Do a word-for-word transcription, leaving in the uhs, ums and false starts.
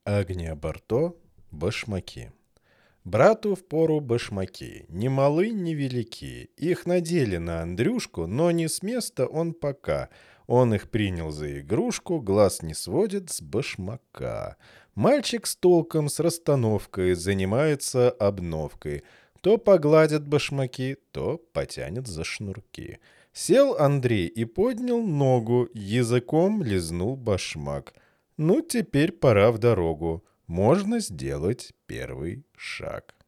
Агния башмаки. Брату впору башмаки, ни малы, ни велики. Их надели на Андрюшку, но не с места он пока. Он их принял за игрушку, глаз не сводит с башмака. Мальчик с толком, с расстановкой, занимается обновкой. То погладит башмаки, то потянет за шнурки. Сел Андрей и поднял ногу, языком лизнул башмак. Ну, теперь пора в дорогу. Можно сделать первый шаг.